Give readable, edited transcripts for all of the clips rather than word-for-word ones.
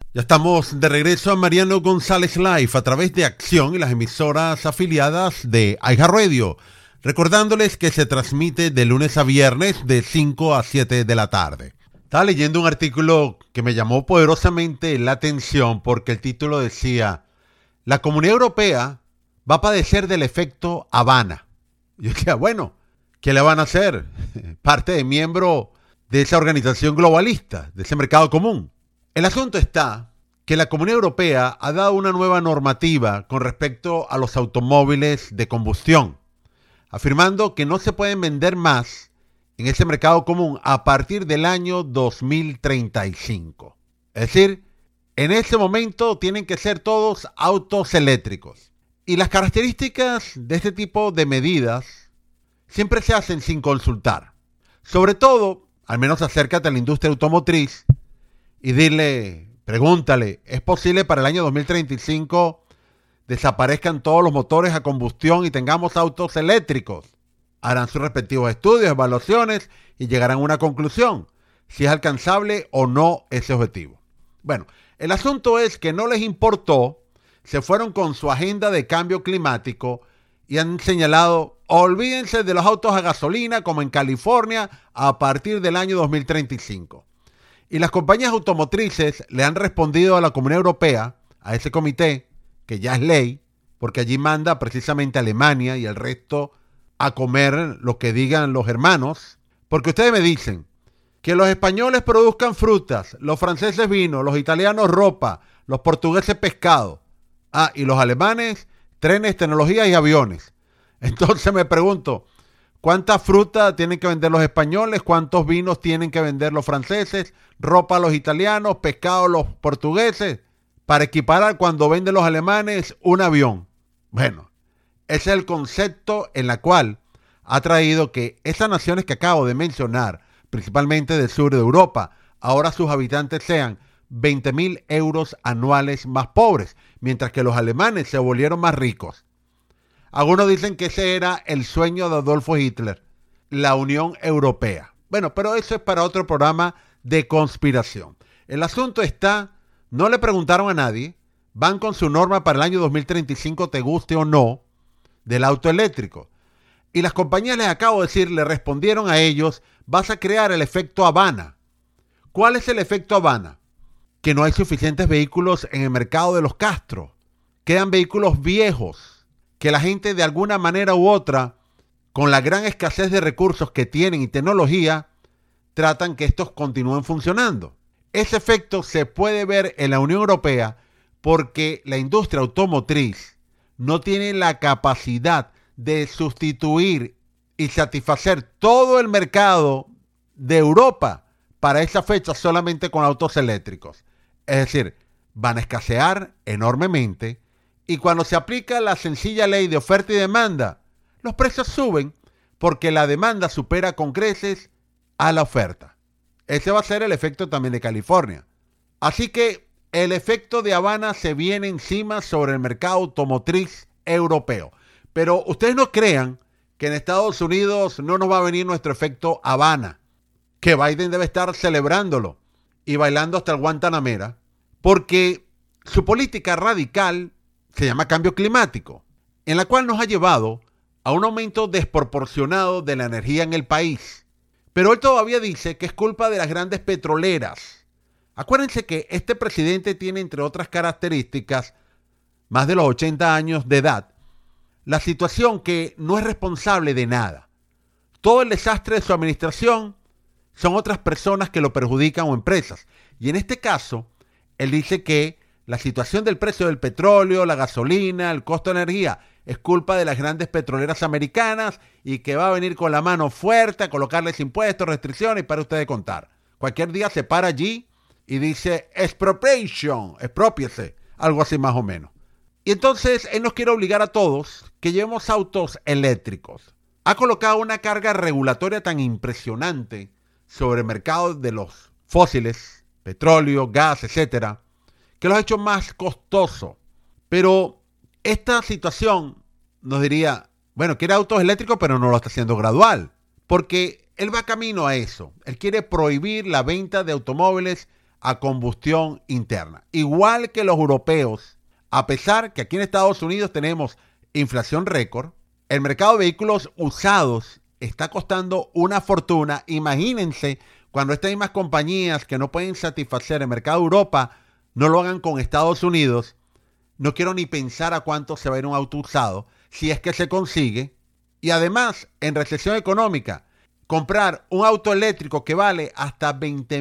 Ya estamos de regreso a Mariano González Live a través de Acción y las emisoras afiliadas de iHeartRadio. Recordándoles que se transmite de lunes a viernes de 5 a 7 de la tarde. Estaba leyendo un artículo que me llamó poderosamente la atención porque el título decía: la Comunidad Europea va a padecer del efecto Habana. Yo decía, bueno, ¿qué le van a hacer? Parte de miembro de esa organización globalista, de ese mercado común. El asunto está que la Comunidad Europea ha dado una nueva normativa con respecto a los automóviles de combustión, afirmando que no se pueden vender más en ese mercado común a partir del año 2035. Es decir, en ese momento tienen que ser todos autos eléctricos. Y las características de este tipo de medidas siempre se hacen sin consultar. Sobre todo, al menos acércate a la industria automotriz y pregúntale, ¿es posible para el año 2035 desaparezcan todos los motores a combustión y tengamos autos eléctricos? Harán sus respectivos estudios, evaluaciones y llegarán a una conclusión, si es alcanzable o no ese objetivo. Bueno, el asunto es que no les importó, se fueron con su agenda de cambio climático y han señalado, olvídense de los autos a gasolina como en California a partir del año 2035. Y las compañías automotrices le han respondido a la Comunidad Europea, a ese comité, que ya es ley, porque allí manda precisamente Alemania y el resto a comer lo que digan los hermanos. Porque ustedes me dicen que los españoles produzcan frutas, los franceses vino, los italianos ropa, los portugueses pescado. Y los alemanes trenes, tecnologías y aviones. Entonces me pregunto, ¿cuánta fruta tienen que vender los españoles? ¿Cuántos vinos tienen que vender los franceses? ¿Ropa los italianos? ¿Pescado los portugueses? Para equiparar cuando venden los alemanes un avión. Bueno, ese es el concepto en la cual ha traído que esas naciones que acabo de mencionar, principalmente del sur de Europa, ahora sus habitantes sean 20.000 euros anuales más pobres, mientras que los alemanes se volvieron más ricos. Algunos dicen que ese era el sueño de Adolfo Hitler, la Unión Europea. Bueno, pero eso es para otro programa de conspiración. El asunto está, no le preguntaron a nadie, van con su norma para el año 2035, te guste o no, del auto eléctrico. Y las compañías, les acabo de decir, le respondieron a ellos, vas a crear el efecto Habana. ¿Cuál es el efecto Habana? Que no hay suficientes vehículos en el mercado de los castros. Quedan vehículos viejos que la gente de alguna manera u otra, con la gran escasez de recursos que tienen y tecnología, tratan que estos continúen funcionando. Ese efecto se puede ver en la Unión Europea porque la industria automotriz no tiene la capacidad de sustituir y satisfacer todo el mercado de Europa para esa fecha solamente con autos eléctricos. Es decir, van a escasear enormemente y cuando se aplica la sencilla ley de oferta y demanda, los precios suben porque la demanda supera con creces a la oferta. Ese va a ser el efecto también de California. Así que el efecto de Habana se viene encima sobre el mercado automotriz europeo. Pero ustedes no crean que en Estados Unidos no nos va a venir nuestro efecto Habana, que Biden debe estar celebrándolo y bailando hasta el Guantanamera, porque su política radical se llama cambio climático, en la cual nos ha llevado a un aumento desproporcionado de la energía en el país. Pero él todavía dice que es culpa de las grandes petroleras. Acuérdense que este presidente tiene, entre otras características, más de los 80 años de edad, la situación que no es responsable de nada. Todo el desastre de su administración son otras personas que lo perjudican o empresas. Y en este caso, él dice que la situación del precio del petróleo, la gasolina, el costo de energía es culpa de las grandes petroleras americanas y que va a venir con la mano fuerte a colocarles impuestos, restricciones y para ustedes contar. Cualquier día se para allí y dice expropriation, expropiese, algo así más o menos. Y entonces él nos quiere obligar a todos que llevemos autos eléctricos. Ha colocado una carga regulatoria tan impresionante sobre el mercado de los fósiles, petróleo, gas, etcétera, que los ha hecho más costoso. Pero esta situación nos diría, bueno, quiere autos eléctricos, pero no lo está haciendo gradual, porque él va camino a eso. Él quiere prohibir la venta de automóviles a combustión interna. Igual que los europeos, a pesar que aquí en Estados Unidos tenemos inflación récord, el mercado de vehículos usados está costando una fortuna. Imagínense cuando estas mismas compañías que no pueden satisfacer el mercado de Europa no lo hagan con Estados Unidos. No quiero ni pensar a cuánto se va a ir un auto usado, si es que se consigue. Y además, en recesión económica, comprar un auto eléctrico que vale hasta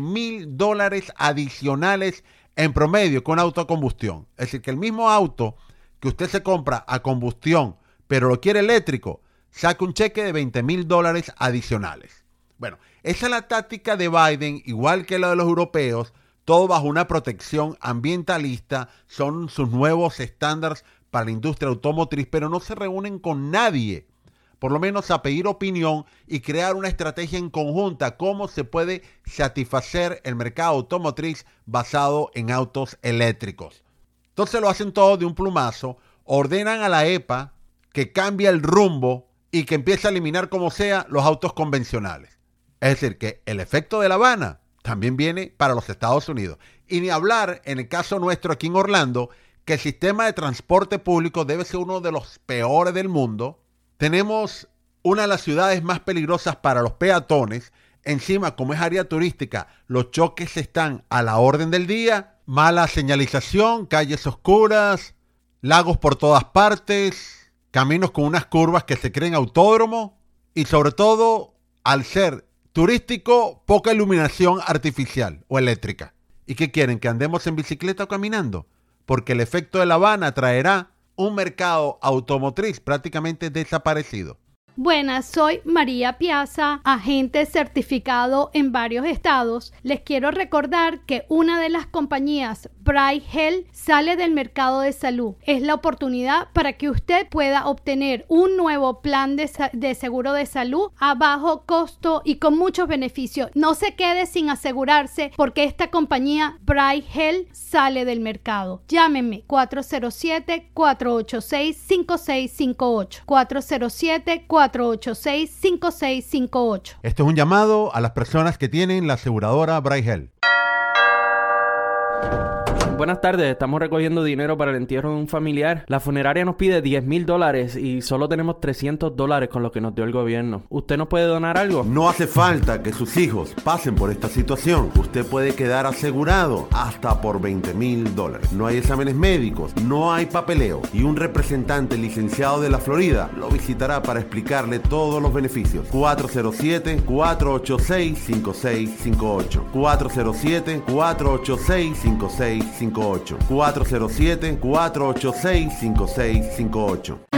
$20,000 adicionales en promedio con auto a combustión. Es decir, que el mismo auto que usted se compra a combustión, pero lo quiere eléctrico, saque un cheque de $20,000 adicionales. Bueno, esa es la táctica de Biden, igual que la de los europeos, todo bajo una protección ambientalista, son sus nuevos estándares para la industria automotriz, pero no se reúnen con nadie, por lo menos a pedir opinión y crear una estrategia en conjunta, cómo se puede satisfacer el mercado automotriz basado en autos eléctricos. Entonces lo hacen todo de un plumazo, ordenan a la EPA que cambie el rumbo y que empiece a eliminar como sea los autos convencionales. Es decir, que el efecto de La Habana también viene para los Estados Unidos. Y ni hablar, en el caso nuestro aquí en Orlando, que el sistema de transporte público debe ser uno de los peores del mundo. Tenemos una de las ciudades más peligrosas para los peatones. Encima, como es área turística, los choques están a la orden del día. Mala señalización, calles oscuras, lagos por todas partes, caminos con unas curvas que se creen autódromo y sobre todo, al ser turístico, poca iluminación artificial o eléctrica. ¿Y qué quieren? ¿Que andemos en bicicleta o caminando? Porque el efecto de La Habana traerá un mercado automotriz prácticamente desaparecido. Buenas, soy María Piazza, agente certificado en varios estados. Les quiero recordar que una de las compañías, Bright Health, sale del mercado de salud. Es la oportunidad para que usted pueda obtener un nuevo plan de seguro de salud a bajo costo y con muchos beneficios. No se quede sin asegurarse porque esta compañía, Bright Health, sale del mercado. Llámenme 407-486-5658. 407-486-5658. Esto es un llamado a las personas que tienen la aseguradora Bright Health. Buenas tardes, estamos recogiendo dinero para el entierro de un familiar. La funeraria nos pide $10,000 y solo tenemos $300 con lo que nos dio el gobierno. ¿Usted nos puede donar algo? No hace falta que sus hijos pasen por esta situación. Usted puede quedar asegurado hasta por $20,000. No hay exámenes médicos, no hay papeleo y un representante licenciado de la Florida lo visitará para explicarle todos los beneficios. 407-486-5658. 407-486-5658. 407-486-5658.